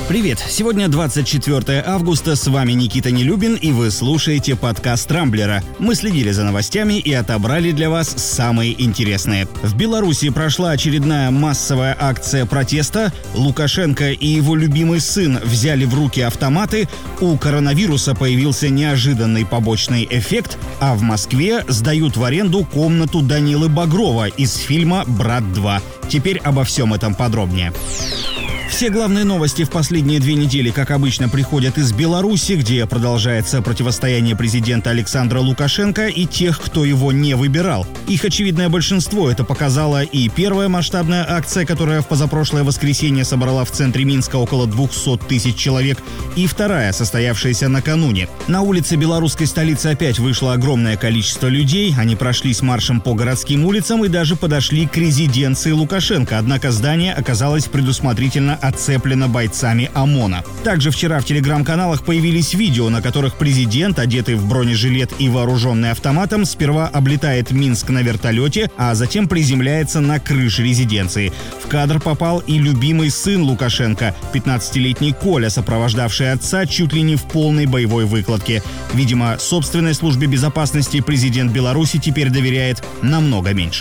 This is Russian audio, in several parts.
Привет! Сегодня 24 августа, с вами Никита Нелюбин, и вы слушаете подкаст «Рамблера». Мы следили за новостями и отобрали для вас самые интересные. В Беларуси прошла очередная массовая акция протеста. Лукашенко и его любимый сын взяли в руки автоматы. У коронавируса появился неожиданный побочный эффект, а в Москве сдают в аренду комнату Данилы Багрова из фильма «Брат 2». Теперь обо всем этом подробнее. Все главные новости в последние 2 недели, как обычно, приходят из Беларуси, где продолжается противостояние президента Александра Лукашенко и тех, кто его не выбирал. Их очевидное большинство это показала и первая масштабная акция, которая в позапрошлое воскресенье собрала в центре Минска около 200 тысяч человек, и вторая, состоявшаяся накануне. На улице белорусской столицы опять вышло огромное количество людей. Они прошлись маршем по городским улицам и даже подошли к резиденции Лукашенко, однако здание оказалось предусмотрительно оцеплено бойцами ОМОНа. Также вчера в телеграм-каналах появились видео, на которых президент, одетый в бронежилет и вооруженный автоматом, сперва облетает Минск на вертолете, а затем приземляется на крыше резиденции. В кадр попал и любимый сын Лукашенко, 15-летний Коля, сопровождавший отца чуть ли не в полной боевой выкладке. Видимо, собственной службе безопасности президент Беларуси теперь доверяет намного меньше.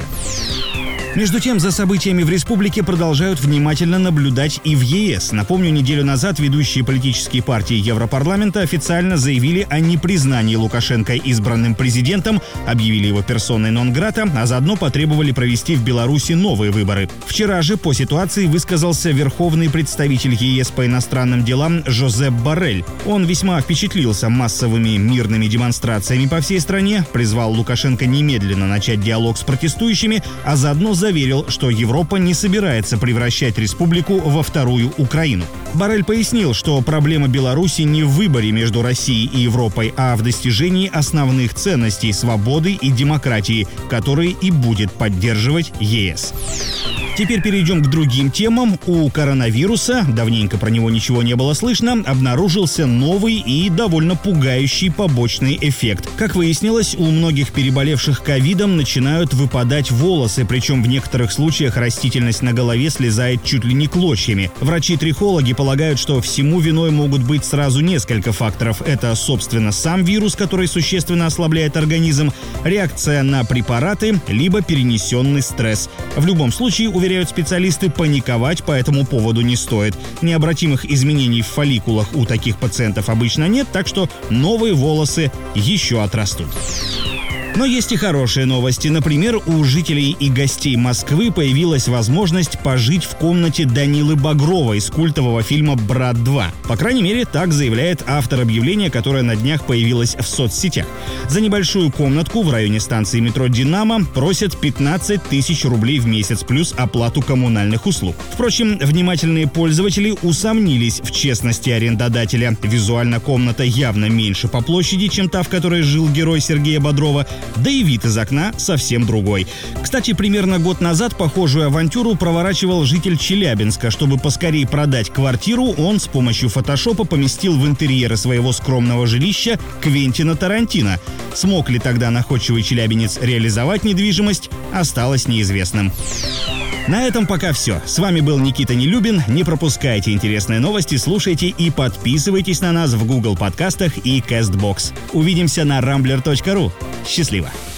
Между тем, за событиями в республике продолжают внимательно наблюдать и в ЕС. Напомню, неделю назад ведущие политические партии Европарламента официально заявили о непризнании Лукашенко избранным президентом, объявили его персоной нон-грата, а заодно потребовали провести в Беларуси новые выборы. Вчера же по ситуации высказался верховный представитель ЕС по иностранным делам Жозеп Боррель. Он весьма впечатлился массовыми мирными демонстрациями по всей стране, призвал Лукашенко немедленно начать диалог с протестующими, а заодно заверил, что Европа не собирается превращать республику во вторую Украину. Боррель пояснил, что проблема Беларуси не в выборе между Россией и Европой, а в достижении основных ценностей свободы и демократии, которые и будет поддерживать ЕС. Теперь перейдем к другим темам. У коронавируса, давненько про него ничего не было слышно, обнаружился новый и довольно пугающий побочный эффект. Как выяснилось, у многих переболевших ковидом начинают выпадать волосы, причем в некоторых случаях растительность на голове слезает чуть ли не клочьями. Врачи-трихологи полагают, что всему виной могут быть сразу несколько факторов. Это, собственно, сам вирус, который существенно ослабляет организм, реакция на препараты, либо перенесенный стресс. В любом случае, уверяют специалисты, паниковать по этому поводу не стоит. Необратимых изменений в фолликулах у таких пациентов обычно нет, так что новые волосы еще отрастут. Но есть и хорошие новости. Например, у жителей и гостей Москвы появилась возможность пожить в комнате Данилы Багрова из культового фильма «Брат 2». По крайней мере, так заявляет автор объявления, которое на днях появилось в соцсетях. За небольшую комнатку в районе станции метро «Динамо» просят 15 тысяч рублей в месяц плюс оплату коммунальных услуг. Впрочем, внимательные пользователи усомнились в честности арендодателя. Визуально комната явно меньше по площади, чем та, в которой жил герой Сергея Бодрова. Да и вид из окна совсем другой. Кстати, примерно год назад похожую авантюру проворачивал житель Челябинска. Чтобы поскорее продать квартиру, он с помощью фотошопа поместил в интерьеры своего скромного жилища Квентина Тарантино. Смог ли тогда находчивый челябинец реализовать недвижимость, осталось неизвестным. На этом пока все. С вами был Никита Нелюбин. Не пропускайте интересные новости, слушайте и подписывайтесь на нас в Google подкастах и CastBox. Увидимся на rambler.ru. Счастливо!